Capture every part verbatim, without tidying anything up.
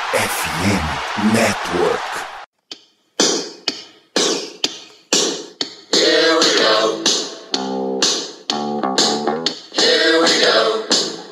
F M Network. Here we go. Here we go.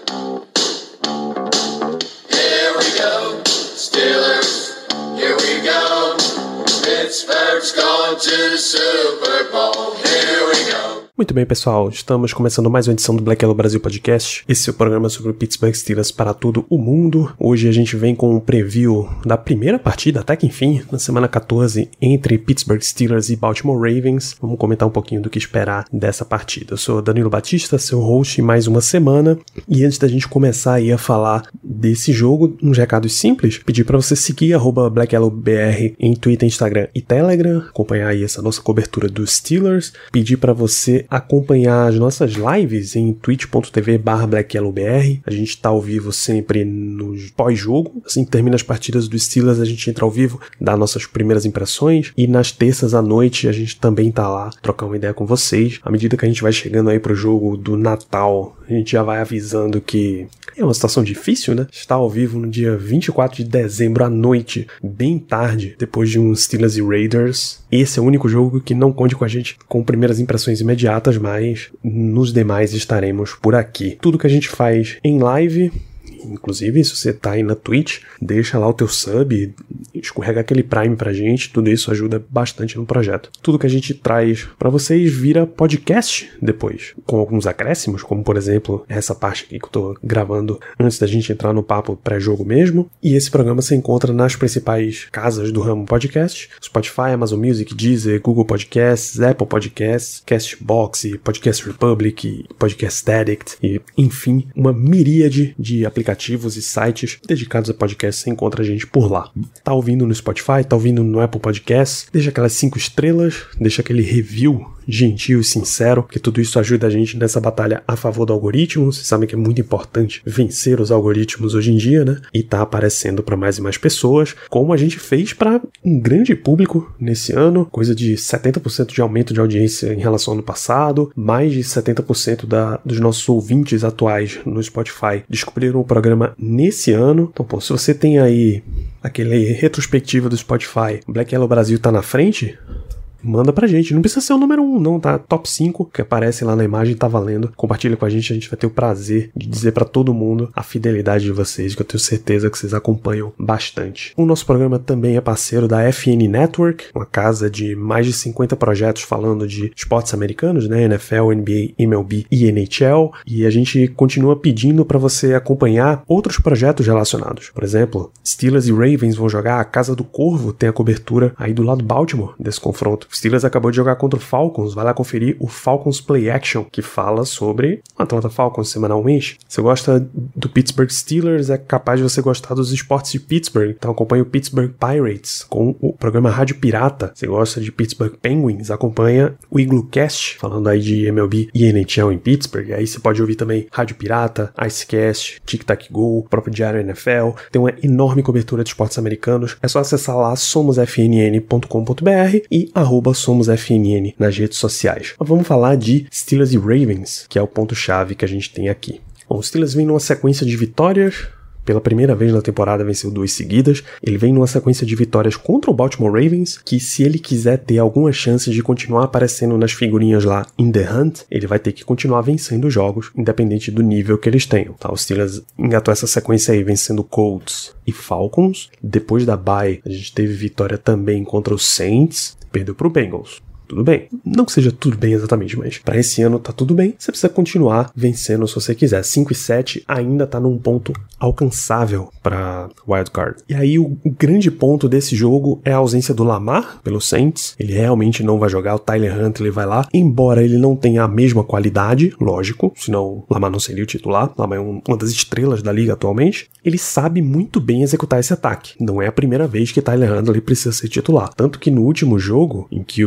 Here we go. Steelers, here we go. Pittsburgh's going to the Super Bowl. Here we go. Muito bem, pessoal, estamos começando mais uma edição do Black Yellow Brasil Podcast. Esse é o programa sobre o Pittsburgh Steelers para todo o mundo. Hoje a gente vem com um preview da primeira partida, até que enfim, na semana catorze, entre Pittsburgh Steelers e Baltimore Ravens. Vamos comentar um pouquinho do que esperar dessa partida. Eu sou Danilo Batista, seu host, mais uma semana. E antes da gente começar aí a falar desse jogo, uns recados simples. Pedir para você seguir arroba BlackYellowBR em Twitter, Instagram e Telegram. Acompanhar aí essa nossa cobertura dos Steelers. Pedir para você acompanhar as nossas lives em twitch ponto tv barra blackyellowbr. A gente tá ao vivo sempre no pós-jogo. Assim que termina as partidas do Steelers, a gente entra ao vivo, dá nossas primeiras impressões. E nas terças à noite, a gente também tá lá, trocar uma ideia com vocês. À medida que a gente vai chegando aí pro jogo do Natal, a gente já vai avisando que é uma situação difícil, né? Estar ao vivo no dia vinte e quatro de dezembro à noite, bem tarde, depois de um Steelers e Raiders. Esse é o único jogo que não conte com a gente com primeiras impressões imediatas, mas nos demais estaremos por aqui. Tudo que a gente faz em live, inclusive se você tá aí na Twitch, deixa lá o teu sub, escorrega aquele Prime pra gente, tudo isso ajuda bastante no projeto. Tudo que a gente traz pra vocês vira podcast depois, com alguns acréscimos, como por exemplo essa parte aqui que eu tô gravando antes da gente entrar no papo pré-jogo mesmo. E esse programa se encontra nas principais casas do ramo podcast: Spotify, Amazon Music, Deezer, Google Podcasts, Apple Podcasts, Castbox, Podcast Republic, Podcast Addict e, enfim, uma miríade de aplicativos e sites dedicados a podcast. Você encontra a gente por lá. Tá ouvindo no Spotify, tá ouvindo no Apple Podcasts, deixa aquelas cinco estrelas, deixa aquele review gentil e sincero, que tudo isso ajuda a gente nessa batalha a favor do algoritmo. Vocês sabem que é muito importante vencer os algoritmos hoje em dia, né? E tá aparecendo para mais e mais pessoas, como a gente fez para um grande público nesse ano, coisa de setenta por cento de aumento de audiência em relação ao ano passado, mais de setenta por cento da, dos nossos ouvintes atuais no Spotify descobriram o programa nesse ano. Então, pô, se você tem aí aquele retrospectiva do Spotify, Black Yellow Brasil tá na frente, manda pra gente. Não precisa ser o número um, não, tá? Top cinco, que aparece lá na imagem, tá valendo. Compartilha com a gente, a gente vai ter o prazer de dizer pra todo mundo a fidelidade de vocês, que eu tenho certeza que vocês acompanham bastante. O nosso programa também é parceiro da F N Network, uma casa de mais de cinquenta projetos falando de esportes americanos, né? N F L, N B A, M L B e N H L. E a gente continua pedindo pra você acompanhar outros projetos relacionados. Por exemplo, Steelers e Ravens vão jogar, a Casa do Corvo tem a cobertura aí do lado Baltimore desse confronto. O Steelers acabou de jogar contra o Falcons, vai lá conferir o Falcons Play Action, que fala sobre o Atlanta Falcons semanalmente. Se você gosta do Pittsburgh Steelers, é capaz de você gostar dos esportes de Pittsburgh, então acompanha o Pittsburgh Pirates com o programa Rádio Pirata. Se você gosta de Pittsburgh Penguins, acompanha o Iglocast, falando aí de M L B e N H L em Pittsburgh. Aí você pode ouvir também Rádio Pirata, Icecast, Tic Tac Go, o próprio Diário N F L. Tem uma enorme cobertura de esportes americanos. É só acessar lá somos f n n ponto com ponto b r e arroba somos F N N nas redes sociais. Mas vamos falar de Steelers e Ravens, que é o ponto-chave que a gente tem aqui. Bom, o Steelers vem numa sequência de vitórias. Pela primeira vez na temporada venceu duas seguidas. Ele vem numa sequência de vitórias contra o Baltimore Ravens, que se ele quiser ter alguma chance de continuar aparecendo nas figurinhas lá in the hunt, ele vai ter que continuar vencendo jogos, independente do nível que eles tenham. Tá? O Steelers engatou essa sequência aí vencendo Colts e Falcons. Depois da bye, a gente teve vitória também contra os Saints, perdeu pro Bengals. Tudo bem. Não que seja tudo bem exatamente, mas pra esse ano tá tudo bem. Você precisa continuar vencendo se você quiser. cinco e sete ainda tá num ponto alcançável pra wildcard. E aí o, o grande ponto desse jogo é a ausência do Lamar pelo Saints. Ele realmente não vai jogar. O Tyler Huntley vai lá. Embora ele não tenha a mesma qualidade, lógico, senão o Lamar não seria o titular. O Lamar é um, uma das estrelas da liga atualmente. Ele sabe muito bem executar esse ataque. Não é a primeira vez que Tyler Huntley precisa ser titular. Tanto que no último jogo, em que o, o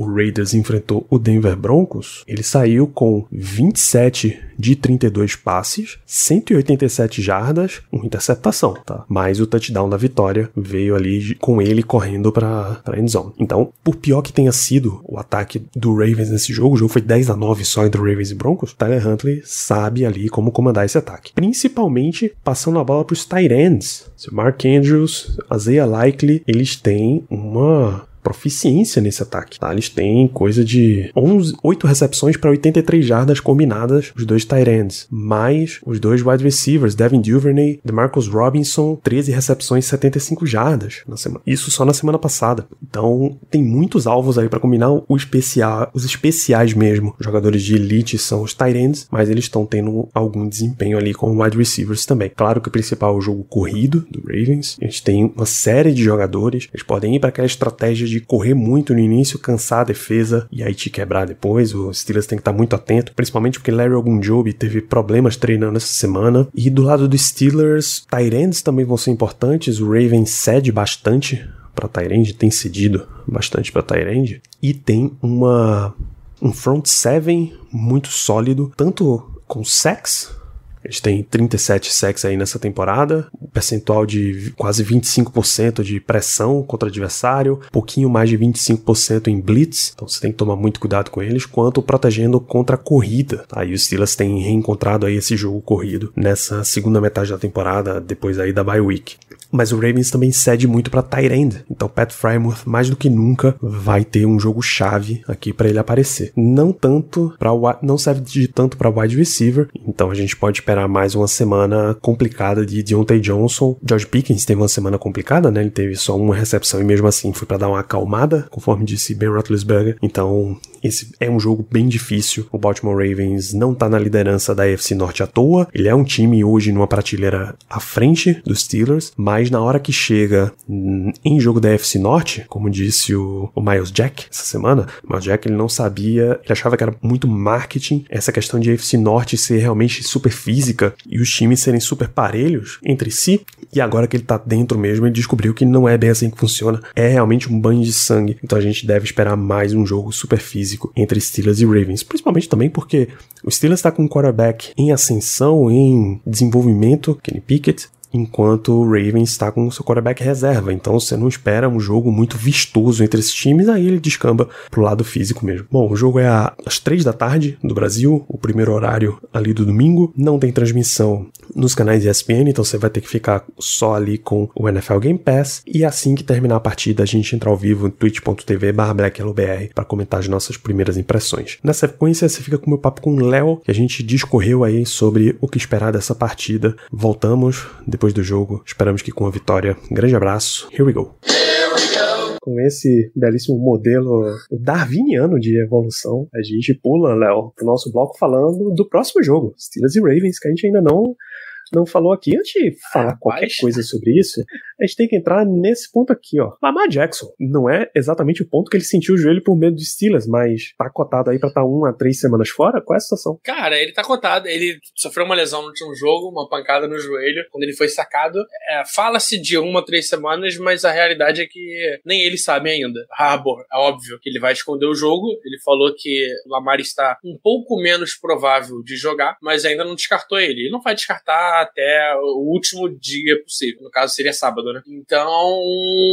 o Raiders enfrentou o Denver Broncos, ele saiu com vinte e sete de trinta e dois passes, cento e oitenta e sete jardas, uma interceptação, tá? Mas o touchdown da vitória veio ali com ele correndo pra, pra endzone. Então, por pior que tenha sido o ataque do Ravens nesse jogo, o jogo foi dez a nove só entre Ravens e Broncos, Tyler Huntley sabe ali como comandar esse ataque. Principalmente passando a bola pros tight ends. O Mark Andrews, Isaiah Likely, eles têm uma proficiência nesse ataque, tá? Eles têm coisa de onze, oito recepções para oitenta e três jardas combinadas, os dois tight ends, mais os dois wide receivers, Devin Duvernay, DeMarcus Robinson, treze recepções, setenta e cinco jardas na semana. Isso só na semana passada. Então, tem muitos alvos aí para combinar o especial, os especiais mesmo. Os jogadores de elite são os tight ends, mas eles estão tendo algum desempenho ali com wide receivers também. Claro que o principal é o jogo corrido do Ravens. A gente tem uma série de jogadores, eles podem ir para aquela estratégia de correr muito no início, cansar a defesa e aí te quebrar depois. O Steelers tem que estar muito atento, principalmente porque Larry Ogunjobi teve problemas treinando essa semana. E do lado dos Steelers, tight ends também vão ser importantes. O Ravens cede bastante para tight end, tem cedido bastante para tight end, e tem uma um front seven muito sólido, tanto com sacks. Eles têm trinta e sete sacks aí nessa temporada, um percentual de quase vinte e cinco por cento de pressão contra o adversário, um pouquinho mais de vinte e cinco por cento em blitz, então você tem que tomar muito cuidado com eles, quanto protegendo contra a corrida. Aí os Steelers têm reencontrado aí esse jogo corrido nessa segunda metade da temporada, depois aí da bye week. Mas o Ravens também cede muito para tight end, então Pat Freiermuth mais do que nunca vai ter um jogo chave aqui para ele aparecer. Não tanto para não serve de tanto para wide receiver, então a gente pode esperar mais uma semana complicada de Deontay Johnson. George Pickens teve uma semana complicada, né? Ele teve só uma recepção e mesmo assim foi para dar uma acalmada, conforme disse Ben Roethlisberger. Então esse é um jogo bem difícil. O Baltimore Ravens não tá na liderança da A F C Norte à toa. Ele é um time hoje numa prateleira à frente dos Steelers, mas na hora que chega em jogo da A F C Norte, como disse o, o Miles Jack essa semana, o Miles Jack ele não sabia, ele achava que era muito marketing essa questão de A F C Norte ser realmente super física e os times serem super parelhos entre si, e agora que ele tá dentro mesmo, ele descobriu que não é bem assim que funciona, é realmente um banho de sangue. Então a gente deve esperar mais um jogo super físico entre Steelers e Ravens, principalmente também porque o Steelers tá com um quarterback em ascensão, em desenvolvimento, Kenny Pickett, enquanto o Ravens está com o seu quarterback reserva, então você não espera um jogo muito vistoso entre esses times, aí ele descamba pro lado físico mesmo. Bom, o jogo é às três da tarde do Brasil, o primeiro horário ali do domingo, não tem transmissão nos canais E S P N, então você vai ter que ficar só ali com o N F L Game Pass, e assim que terminar a partida a gente entra ao vivo no twitch ponto t v barra black yellow b r para comentar as nossas primeiras impressões. Na sequência você fica com o meu papo com o Léo, que a gente discorreu aí sobre o que esperar dessa partida. Voltamos depois do jogo, esperamos que com a vitória. Grande abraço, here we go. Here we go. Com esse belíssimo modelo darwiniano de evolução, a gente pula, Léo, pro nosso bloco falando do próximo jogo, Steelers e Ravens, que a gente ainda não não falou aqui. Antes de falar qualquer coisa sobre isso, a gente tem que entrar nesse ponto aqui, ó. Lamar Jackson. Não é exatamente o ponto que ele sentiu o joelho por medo dos Steelers, mas tá cotado aí pra estar tá uma a três semanas fora? Qual é a situação? Cara, ele tá cotado. Ele sofreu uma lesão no último jogo, uma pancada no joelho, quando ele foi sacado. É, fala-se de uma a três semanas, mas a realidade é que nem ele sabe ainda. Harbour, é óbvio que ele vai esconder o jogo. Ele falou que o Lamar está um pouco menos provável de jogar, mas ainda não descartou ele. Ele não vai descartar até o último dia possível. No caso, seria sábado, né? Então,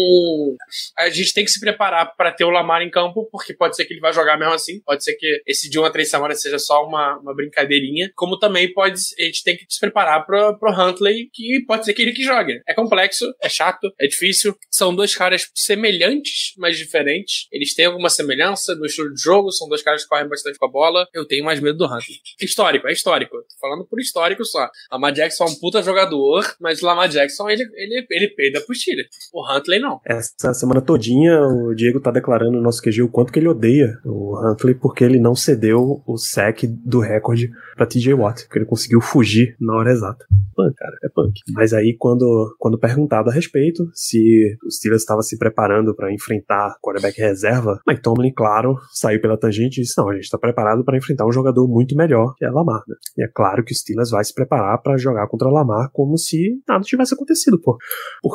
a gente tem que se preparar para ter o Lamar em campo, porque pode ser que ele vai jogar mesmo assim. Pode ser que esse de uma a três semanas seja só uma, uma brincadeirinha. Como também pode, a gente tem que se preparar pro, pro Huntley, que pode ser que ele que jogue. É complexo, é chato, é difícil. São dois caras semelhantes, mas diferentes. Eles têm alguma semelhança no estilo de jogo. São dois caras que correm bastante com a bola. Eu tenho mais medo do Huntley. Histórico, é histórico. Tô falando por histórico só. Lamar Jackson é um puta jogador, mas o Lamar Jackson, ele, ele, ele peida pro Steelers. O Huntley, não. Essa semana todinha, o Diego tá declarando no nosso Q G o quanto que ele odeia o Huntley, porque ele não cedeu o sack do recorde pra T J Watt, porque ele conseguiu fugir na hora exata. Punk, cara, é punk. Mas aí, quando, quando perguntado a respeito se o Steelers estava se preparando pra enfrentar quarterback reserva, Mike Tomlin, claro, saiu pela tangente e disse, não, a gente tá preparado pra enfrentar um jogador muito melhor, que é Lamar, né? E é claro que o Steelers vai se preparar pra jogar contra Lamar como se nada tivesse acontecido, pô. Por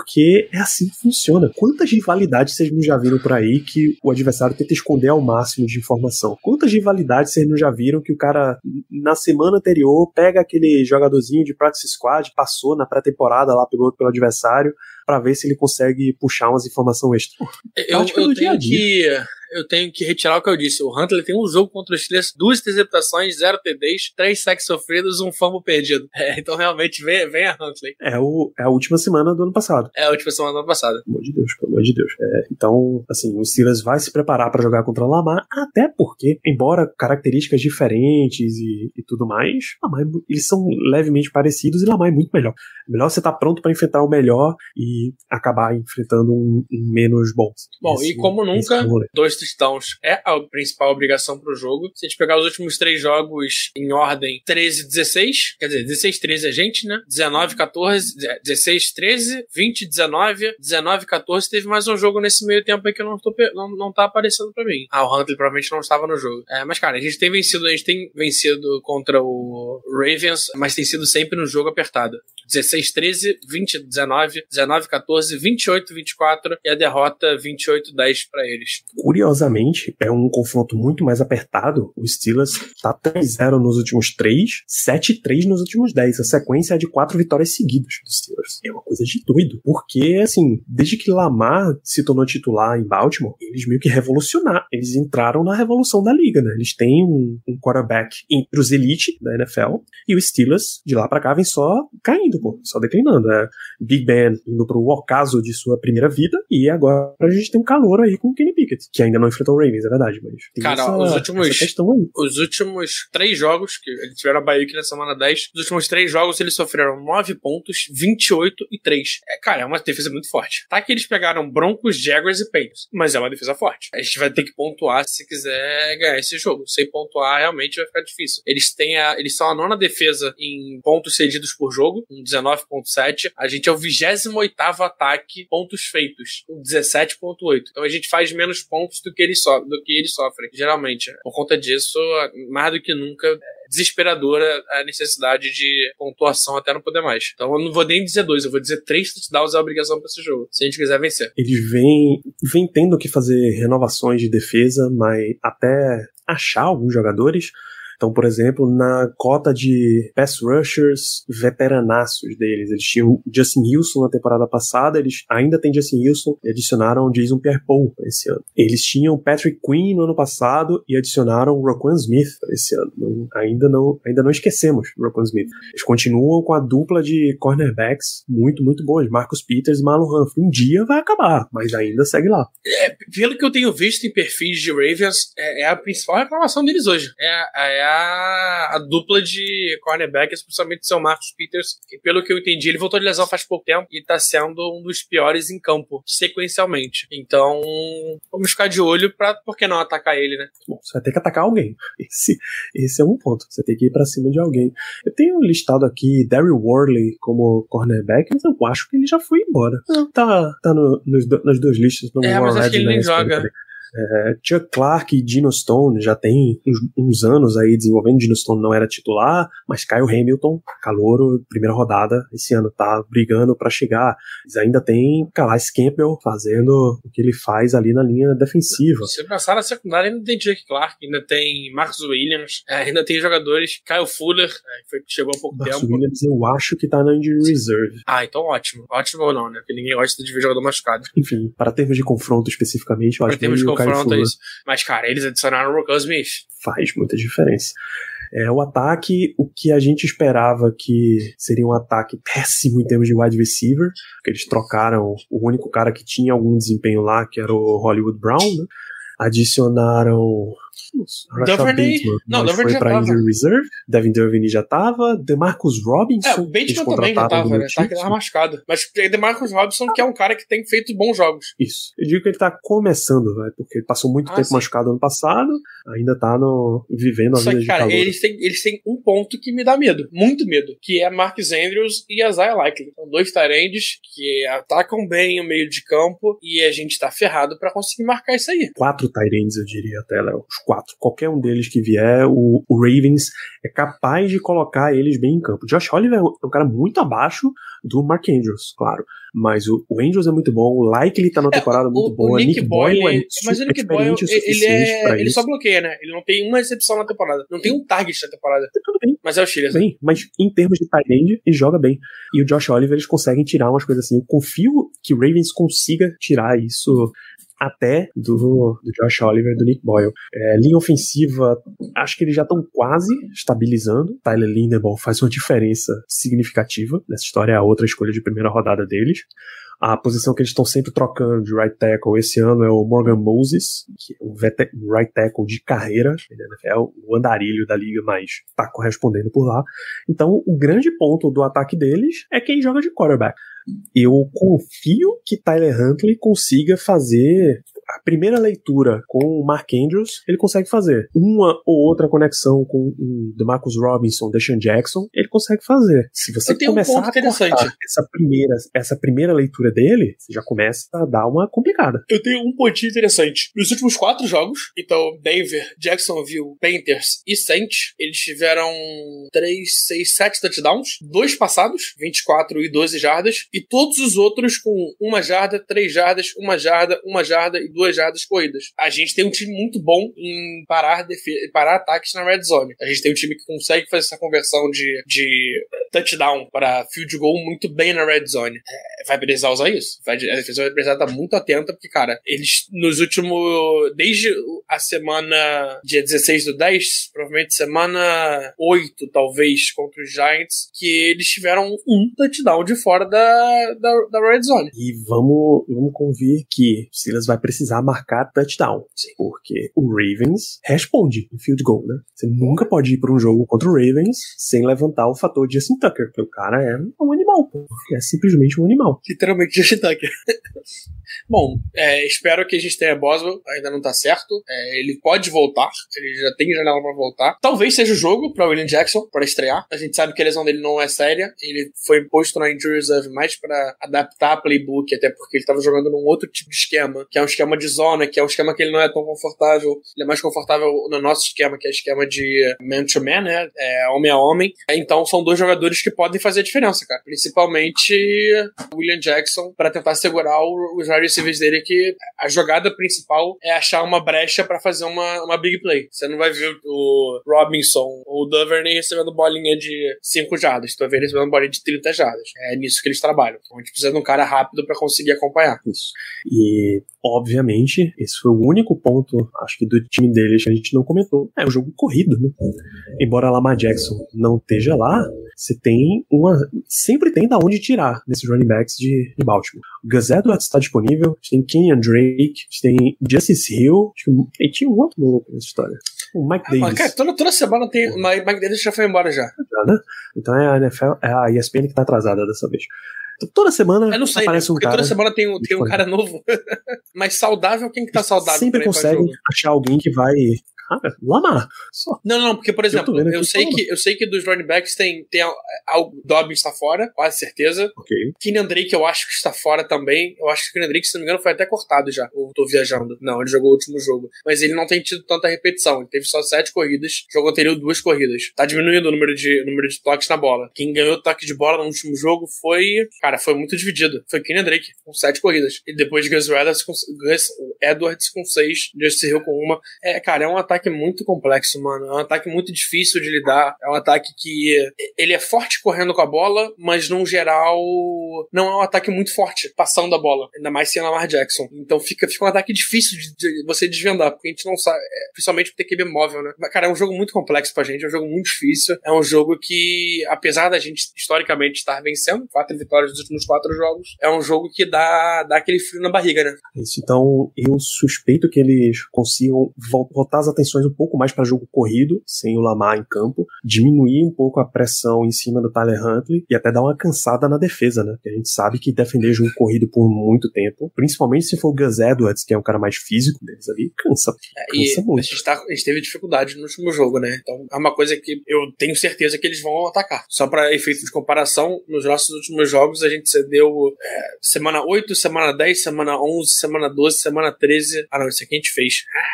porque é assim que funciona. Quantas rivalidades vocês não já viram por aí que o adversário tenta esconder ao máximo de informação? Quantas rivalidades vocês não já viram que o cara, na semana anterior, pega aquele jogadorzinho de practice squad, passou na pré-temporada lá, pegou pelo adversário, pra ver se ele consegue puxar umas informações extras. Eu, eu tenho que... Eu tenho que retirar o que eu disse. O Huntley tem um jogo contra os Steelers, duas interceptações, zero T Ds, três sacks sofridos, um fumble perdido. É, então realmente vem, vem a Huntley. É, o, é a última semana do ano passado. É a última semana do ano passado. Pelo amor de Deus, pelo amor de Deus. É, então, assim, o Steelers vai se preparar pra jogar contra o Lamar, até porque, embora características diferentes e, e tudo mais, Lamar, eles são levemente parecidos e Lamar é muito melhor. É melhor você estar tá pronto pra enfrentar o melhor e acabar enfrentando um, um menos bom. Bom, esse, e como nunca, dois touchdowns é a principal obrigação pro jogo. Se a gente pegar os últimos três jogos em ordem, treze dezesseis, quer dizer, dezesseis treze é gente, né? dezenove quatorze, dezesseis treze, vinte dezenove, dezenove quatorze, teve mais um jogo nesse meio tempo aí que eu não, tô, não, não tá aparecendo pra mim. Ah, o Huntley provavelmente não estava no jogo. É, mas cara, a gente tem vencido, a gente tem vencido contra o Ravens, mas tem sido sempre no jogo apertado. dezesseis treze, vinte dezenove, dezenove quatorze, vinte e oito vinte e quatro e a derrota vinte e oito dez pra eles. Curiosamente, é um confronto muito mais apertado. O Steelers tá três a zero nos últimos três, sete a três nos últimos dez. A sequência é de quatro vitórias seguidas dos Steelers. É uma coisa de doido. Porque, assim, desde que Lamar se tornou titular em Baltimore, eles meio que revolucionaram. Eles entraram na revolução da liga, né? Eles têm um, um quarterback entre os elite da N F L e o Steelers, de lá pra cá, vem só caindo, pô. Só declinando. É Big Ben indo pro ocaso de sua primeira vida e agora a gente tem um calor aí com o Kenny Pickett, que ainda não enfrentou o Ravens, é verdade, mas tem cara, essa, os últimos aí. Os últimos três jogos, que eles tiveram a Bahia aqui na semana dez, os últimos três jogos eles sofreram nove pontos, vinte e oito e três. É, cara, é uma defesa muito forte. Tá que eles pegaram Broncos, Jaguars e Patriots, mas é uma defesa forte. A gente vai ter que pontuar se quiser ganhar esse jogo. Sem pontuar, realmente vai ficar difícil. Eles têm a, eles são a nona defesa em pontos cedidos por jogo, com dezenove ponto sete. A gente é o vigésimo oitavo ataque pontos feitos, com dezessete ponto oito. Então a gente faz menos pontos do que eles, so, do que eles sofrem, geralmente. Por conta disso, mais do que nunca, é desesperadora a necessidade de pontuação até não poder mais. Então eu não vou nem dizer dois, eu vou dizer três touchdowns é a obrigação para esse jogo, se a gente quiser vencer. Eles vêm, vêm tendo que fazer renovações de defesa, mas até achar alguns jogadores. Então, por exemplo, na cota de pass rushers veteranaços deles, eles tinham Justin Wilson na temporada passada, eles ainda têm Justin Wilson e adicionaram Jason Pierre-Paul para esse ano. Eles tinham Patrick Queen no ano passado e adicionaram Roquan Smith para esse ano. Não, ainda, não, ainda não esquecemos Roquan Smith. Eles continuam com a dupla de cornerbacks muito, muito boas, Marcus Peters e Marlon Humphrey. Um dia vai acabar, mas ainda segue lá. É, pelo que eu tenho visto em perfis de Ravens, é, é a principal reclamação deles hoje. É, é a A, a dupla de cornerback, especialmente o seu Marcus Peters, que pelo que eu entendi, ele voltou de lesão faz pouco tempo e tá sendo um dos piores em campo, sequencialmente. Então, vamos ficar de olho pra, por que não atacar ele, né? Bom, você vai ter que atacar alguém. Esse, esse é um ponto. Você tem que ir pra cima de alguém. Eu tenho listado aqui Daryl Worley como cornerback, mas eu acho que ele já foi embora. Não, tá, tá no, nos, nas duas listas. No é, mas acho que ele nem joga. É, Chuck Clark e Dino Stone já tem uns, uns anos aí desenvolvendo. Dino Stone não era titular, mas Kyle Hamilton, calouro, primeira rodada esse ano, tá brigando pra chegar. Eles ainda tem Calais Campbell fazendo o que ele faz ali na linha defensiva. Se pensar na secundária, ainda tem Chuck Clark, ainda tem Marcus Williams, ainda tem jogadores, Kyle Fuller, que foi, chegou há pouco Marcus tempo. Williams eu acho que tá na injury reserve. Ah, então ótimo. Ótimo ou não, né? Porque ninguém gosta de ver jogador machucado. Enfim, para termos de confronto especificamente, eu acho que o confronto é isso. Mas, cara, eles adicionaram o Roquan Smith. Faz muita diferença. É, o ataque, o que a gente esperava que seria um ataque péssimo em termos de wide receiver, porque eles trocaram o único cara que tinha algum desempenho lá, que era o Hollywood Brown, né? Adicionaram Duvernay, não, Duvernay foi pra injury reserve, Devin Duvernay já tava, DeMarcus Robinson, é, o Bateman também já tava, né, tá que tava machucado, mas DeMarcus Robinson que é um cara que tem feito bons jogos. Isso, eu digo que ele tá começando, véio, porque ele passou muito ah, tempo sim. machucado ano passado, ainda tá no, vivendo a Só vida que, de cara, calor. Eles têm, eles têm um ponto que me dá medo, muito medo, que é Marcus Andrews e Isaiah Likely. São dois tight ends que atacam bem o meio de campo e a gente tá ferrado pra conseguir marcar isso aí. Quatro tight ends, eu diria até, Léo. Os quatro. Qualquer um deles que vier, o, o Ravens é capaz de colocar eles bem em campo. Josh Oliver é um cara muito abaixo do Mark Andrews, claro. Mas o, o Andrews é muito bom, o Likely tá na temporada é, muito o, boa, o Nick, Nick Boyle, Boyle é mas o Nick Boyle, ele, é, ele só bloqueia, né? Ele não tem uma recepção na temporada, não tem um target na temporada. Tudo bem. Mas é o Steelers. Bem, mas em termos de tight end, ele joga bem. E o Josh Oliver, eles conseguem tirar umas coisas assim. Eu confio que o Ravens consiga tirar isso até do, do Josh Oliver, do Nick Boyle. É, linha ofensiva, acho que eles já estão quase estabilizando. Tyler Linderbaum faz uma diferença significativa. Nessa história é a outra escolha de primeira rodada deles. A posição que eles estão sempre trocando de right tackle esse ano é o Morgan Moses, que é um right tackle de carreira, é o andarilho da liga, mas tá correspondendo por lá. Então, o grande ponto do ataque deles é quem joga de quarterback. Eu confio que Tyler Huntley consiga fazer a primeira leitura com o Mark Andrews, ele consegue fazer. Uma ou outra conexão com o DeMarcus Robinson, Deshaun Jackson, ele consegue fazer. Se você começar um a cortar essa primeira, essa primeira leitura dele, você já começa a dar uma complicada. Eu tenho um pontinho interessante. Nos últimos quatro jogos, então Denver, Jacksonville, Panthers e Saints, eles tiveram três, seis, sete touchdowns, dois passados, vinte e quatro e doze jardas, e todos os outros com uma jarda, três jardas, uma jarda, uma jarda e duas jardas corridas. A gente tem um time muito bom em parar, defe- parar ataques na red zone. A gente tem um time que consegue fazer essa conversão de, de touchdown para field goal muito bem na red zone. É, vai precisar usar isso. Vai, a defesa vai precisar estar muito atenta, porque, cara, eles nos últimos... Desde a semana dia dezesseis do dez, provavelmente semana oito, talvez, contra os Giants, que eles tiveram um touchdown de fora da, da, da red zone. E vamos, vamos convir que o Steelers vai precisar marcar touchdown. Sim. Porque o Ravens responde em field goal, né? Você nunca pode ir para um jogo contra o Ravens sem levantar o fator Justin Tucker, porque o cara é um animal, pô. É simplesmente um animal. Literalmente Justin Tucker. Bom, é, espero que a gente tenha Boswell, ainda não tá certo. É, ele pode voltar, ele já tem janela pra voltar. Talvez seja o jogo pra William Jackson, pra estrear. A gente sabe que a lesão dele não é séria. Ele foi posto na injury reserve mais pra adaptar a playbook, até porque ele tava jogando num outro tipo de esquema, que é um esquema de zona, que é um esquema que ele não é tão confortável. Ele é mais confortável no nosso esquema, que é o esquema de man-to-man, né? É, homem a homem. Então são dois jogadores que podem fazer a diferença, cara. Principalmente o William Jackson, pra tentar segurar o, os wide receivers dele, que a jogada principal é achar uma brecha pra fazer uma, uma big play. Você não vai ver o Robinson ou o Duvernay recebendo bolinha de cinco jardas. Tu vai ver ele recebendo bolinha de trinta jardas. É nisso que eles trabalham. Então a gente precisa de um cara rápido pra conseguir acompanhar. Isso. E, obviamente, esse foi o único ponto, acho que, do time deles que a gente não comentou. É o jogo corrido, né? Embora Lamar Jackson não esteja lá, você tem uma... Sempre tem da onde tirar nesses running backs de, de Baltimore. O Gus Edwards está disponível, a gente tem Kenyan Drake, a gente tem Justice Hill, acho que, e tinha um outro maluco nessa história. O Mike Davis. Ah, cara, toda, toda semana tem... O Mike Davis já foi embora já. Já, né? Então é a N F L, é a E S P N que tá atrasada dessa vez. Toda semana eu não sei, aparece né? um Porque cara... toda semana tem, tem um cara novo. Mas saudável, quem que tá saudável? Sempre conseguem achar alguém que vai... Cara, Lamar. Só. Não, não, porque, por exemplo, eu, eu, sei que, eu sei que dos running backs tem, tem algo. Dobbins está fora, quase certeza. Ok. Kenyan Drake eu acho que está fora também. Eu acho que o Kenyan Drake, se não me engano, foi até cortado já. Ou tô viajando. Não, ele jogou o último jogo. Mas ele não tem tido tanta repetição. Ele teve só sete corridas. Jogo anterior, duas corridas. Tá diminuindo o número de, o número de toques na bola. Quem ganhou o toque de bola no último jogo foi. Cara, foi muito dividido. Foi Kenyan Drake, com sete corridas. E depois Gus Edwards com, Gus Edwards com seis. Justice Hill com uma. É, cara, é um ataque muito complexo. Mano, é um ataque muito difícil de lidar, é um ataque que ele é forte correndo com a bola, mas no geral não é um ataque muito forte passando a bola, ainda mais sem Lamar Jackson, então fica, fica um ataque difícil de, de você desvendar, porque a gente não sabe, é, principalmente por ter Q B móvel, né? Cara, é um jogo muito complexo pra gente, é um jogo muito difícil, é um jogo que, apesar da gente historicamente estar vencendo, quatro vitórias nos últimos quatro jogos, é um jogo que dá, dá aquele frio na barriga, né? Isso, então eu suspeito que eles consigam voltar as atenções um pouco mais para jogo corrido, sem o Lamar em campo, diminuir um pouco a pressão em cima do Tyler Huntley e até dar uma cansada na defesa, né? Porque a gente sabe que defender jogo corrido por muito tempo, principalmente se for o Gus Edwards, que é um cara mais físico deles ali, cansa. cansa e muito. A gente, tá, a gente teve dificuldade no último jogo, né? Então é uma coisa que eu tenho certeza que eles vão atacar. Só para efeito de comparação, nos nossos últimos jogos a gente cedeu é, semana oito, semana dez, semana onze, semana doze, semana treze. Ah não, isso aqui a gente fez. Ah,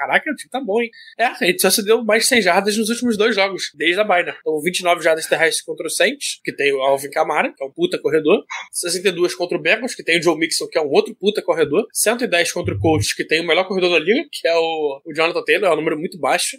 caraca, o time tá bom, hein? É, ele só se deu mais de cem jardas nos últimos dois jogos, desde a bye, né? Então, vinte e nove jardas terrestres contra o Saints, que tem o Alvin Kamara, que é um puta corredor. sessenta e duas contra o Bengals, que tem o Joe Mixon, que é um outro puta corredor. cento e dez contra o Colts, que tem o melhor corredor da liga, que é o, o Jonathan Taylor, é um número muito baixo.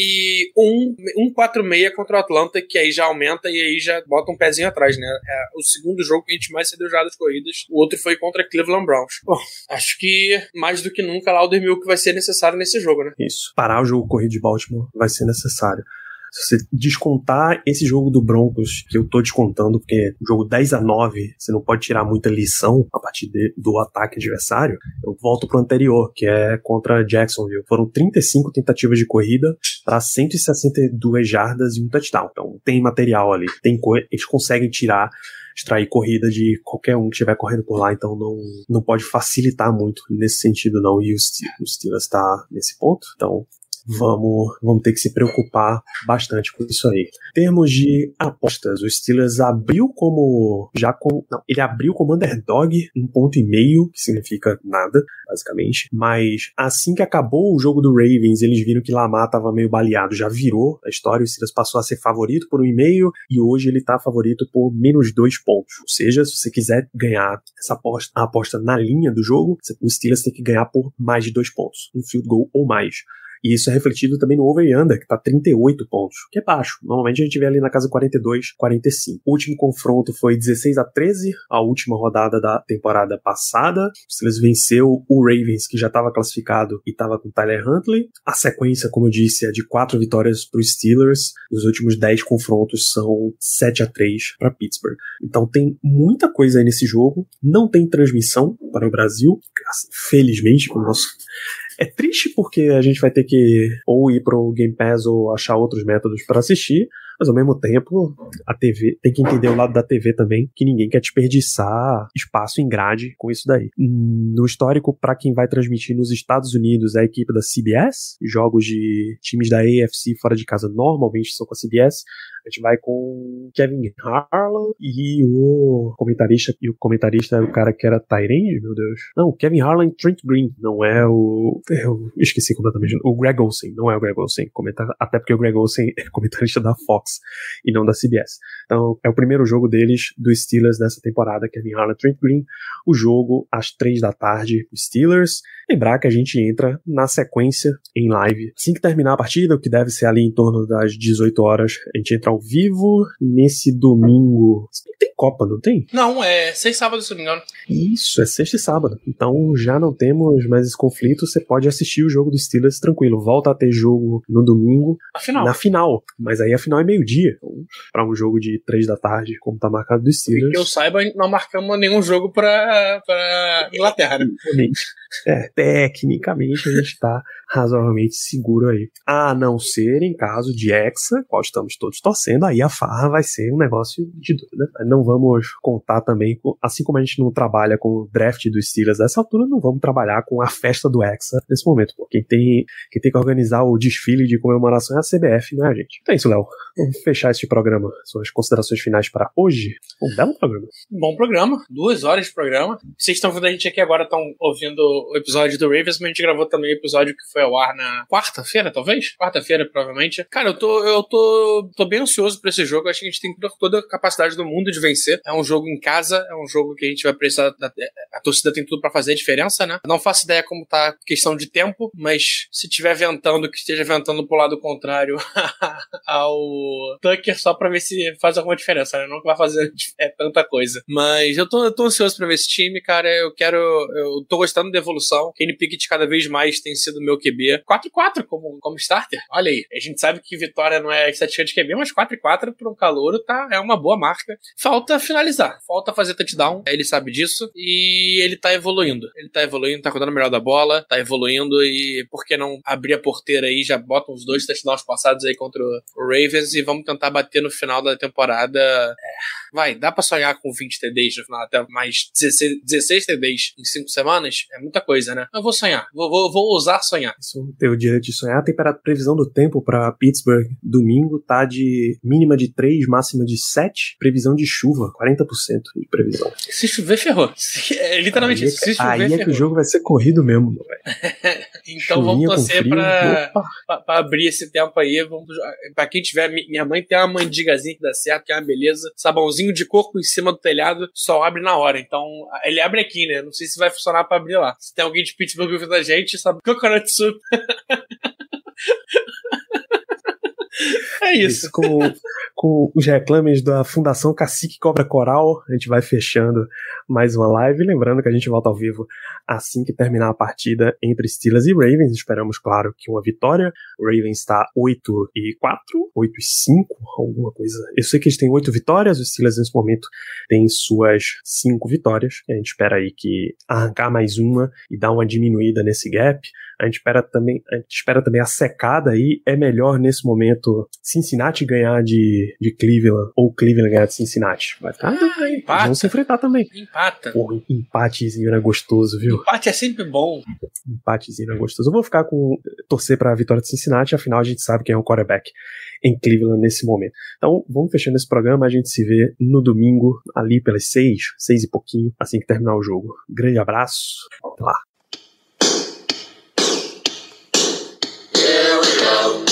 E um, um quatro seis contra o Atlanta, que aí já aumenta e aí já bota um pezinho atrás, né? É o segundo jogo que a gente mais cedeu jardas corridas. O outro foi contra Cleveland Browns. Bom, acho que mais do que nunca lá o Milk vai ser necessário nesse jogo, né? Isso. Parar o jogo corrido de Baltimore vai ser necessário. Se você descontar esse jogo do Broncos, que eu tô descontando, porque o jogo dez a nove, você não pode tirar muita lição a partir de, do ataque adversário, eu volto pro anterior, que é contra Jacksonville. Foram trinta e cinco tentativas de corrida para cento e sessenta e duas jardas e um touchdown. Então tem material ali, tem co- eles conseguem tirar, extrair corrida de qualquer um que estiver correndo por lá, então não, não pode facilitar muito nesse sentido não, e o Steelers tá nesse ponto, então Vamos, vamos ter que se preocupar bastante com isso aí. Em termos de apostas, o Steelers abriu como já com, não, ele abriu como underdog um ponto e meio, que significa nada, basicamente. Mas assim que acabou o jogo do Ravens, eles viram que Lamar estava meio baleado, já virou a história. O Steelers passou a ser favorito por um e meio e hoje ele está favorito por menos dois pontos. Ou seja, se você quiser ganhar essa aposta, a aposta na linha do jogo, o Steelers tem que ganhar por mais de dois pontos, um field goal ou mais. E isso é refletido também no over e under, que tá trinta e oito pontos, que é baixo. Normalmente a gente vê ali na casa quarenta e dois, quarenta e cinco. O último confronto foi dezesseis a treze, a última rodada da temporada passada. O Steelers venceu o Ravens, que já estava classificado e estava com Tyler Huntley. A sequência, como eu disse, é de quatro vitórias para os Steelers. Os últimos dez confrontos são sete a três para Pittsburgh. Então tem muita coisa aí nesse jogo. Não tem transmissão para o Brasil, felizmente, com o nosso... É triste porque a gente vai ter que ou ir pro Game Pass ou achar outros métodos para assistir, mas ao mesmo tempo a T V tem que entender o lado da T V também, que ninguém quer desperdiçar espaço em grade com isso daí. No histórico, para quem vai transmitir nos Estados Unidos, é a equipe da C B S, jogos de times da A F C fora de casa normalmente são com a C B S. A gente vai com Kevin Harlan e o comentarista, e o comentarista é o cara que era Tyrande, meu Deus. Não, Kevin Harlan e Trent Green, não é o... Eu esqueci completamente. O Greg Olsen, não é o Greg Olsen, comenta, até porque o Greg Olsen é comentarista da Fox e não da C B S. Então, é o primeiro jogo deles, dos Steelers, dessa temporada, Kevin Harlan e Trent Green. O jogo às três da tarde, Steelers. Lembrar que a gente entra na sequência em live. Assim que terminar a partida, o que deve ser ali em torno das dezoito horas, a gente entra ao vivo nesse domingo. Tem Copa, não tem? Não, é seis sábados, se não me engano. Isso, é sexta e sábado. Então já não temos mais esse conflito. Você pode assistir o jogo do Steelers tranquilo. Volta a ter jogo no domingo. A final. Na final. Mas aí a final é meio-dia. Então, pra um jogo de três da tarde, como tá marcado do Steelers. Que eu saiba, não marcamos nenhum jogo pra, pra Inglaterra, né? É, tecnicamente a gente tá razoavelmente seguro aí. A não ser em caso de Hexa, qual estamos todos torcendo, aí a farra vai ser um negócio de doido, né? Não vamos contar também, com, assim como a gente não trabalha com o draft dos Steelers nessa altura, não vamos trabalhar com a festa do Hexa nesse momento, porque quem tem, quem tem que organizar o desfile de comemoração é a C B F, não é a gente. Então é isso, Léo. Vamos fechar este programa. Suas considerações finais para hoje. Um belo programa. Bom programa. Duas horas de programa. Vocês estão vendo a gente aqui agora, estão ouvindo o episódio do Ravens, mas a gente gravou também o episódio que foi ao ar na quarta-feira, talvez? Quarta-feira, provavelmente. Cara, eu tô, eu tô, tô bem ansioso pra esse jogo. Eu acho que a gente tem toda a capacidade do mundo de vencer. É um jogo em casa, é um jogo que a gente vai precisar... Da, a torcida tem tudo pra fazer a diferença, né? Não faço ideia como tá a questão de tempo, mas se tiver ventando, que esteja ventando pro lado contrário ao Tucker, só pra ver se faz alguma diferença, né? Não que vai fazer é, tanta coisa. Mas eu tô, eu tô ansioso pra ver esse time, cara. Eu quero... Eu tô gostando da evolução. Kenny Pickett cada vez mais tem sido meu Q B. quatro e quatro como, como starter. Olha aí. A gente sabe que vitória não é estatística de Q B, mas quatro e quatro para um calouro tá, é uma boa marca. Falta finalizar. Falta fazer touchdown. Ele sabe disso. E ele tá evoluindo. Ele tá evoluindo, tá cuidando melhor da bola, tá evoluindo e por que não abrir a porteira aí, já bota uns dois touchdowns passados aí contra o Ravens e vamos tentar bater no final da temporada. É, vai, dá pra sonhar com vinte T Ds no final, até mais dezesseis, dezesseis T Ds em cinco semanas? É muita coisa, né? Eu vou sonhar. Vou, vou, vou ousar sonhar. Isso, ter o direito de sonhar. A previsão do tempo pra Pittsburgh domingo tá de mínima de três, máxima de sete. Previsão de chuva, quarenta por cento de previsão. Se chover, ferrou. É literalmente aí isso. Se chover, aí ferrou. É que o jogo vai ser corrido mesmo, velho. Então vamos torcer pra, pra, pra abrir esse tempo aí. Vamos, pra quem tiver, minha mãe tem uma mandigazinha que dá certo, que é uma beleza. Sabãozinho de coco em cima do telhado, só abre na hora. Então, ele abre aqui, né? Não sei se vai funcionar pra abrir lá. Se tem alguém de Pittsburgh ouvindo a gente, sabe? Coconut Soup. É isso. isso com, com os reclames da Fundação Cacique Cobra Coral, a gente vai fechando mais uma live. Lembrando que a gente volta ao vivo assim que terminar a partida entre Steelers e Ravens. Esperamos, claro, que uma vitória. O Ravens está oito e quatro, oito e cinco, alguma coisa. Eu sei que eles têm oito vitórias, os Steelers nesse momento têm suas cinco vitórias. A gente espera aí que arrancar mais uma e dar uma diminuída nesse gap. A gente espera também, a gente espera também a secada aí. É melhor nesse momento Cincinnati ganhar de, de Cleveland ou Cleveland ganhar de Cincinnati. Vai ficar. Ah, empata. Vamos se enfrentar também. Empata. Porra, empatezinho era gostoso, viu? Empate é sempre bom. Empatezinho era gostoso. Eu vou ficar com torcer para a vitória de Cincinnati, afinal a gente sabe quem é o quarterback em Cleveland nesse momento. Então, vamos fechando esse programa. A gente se vê no domingo, ali pelas seis, seis e pouquinho, assim que terminar o jogo. Grande abraço. Até lá. Here we go.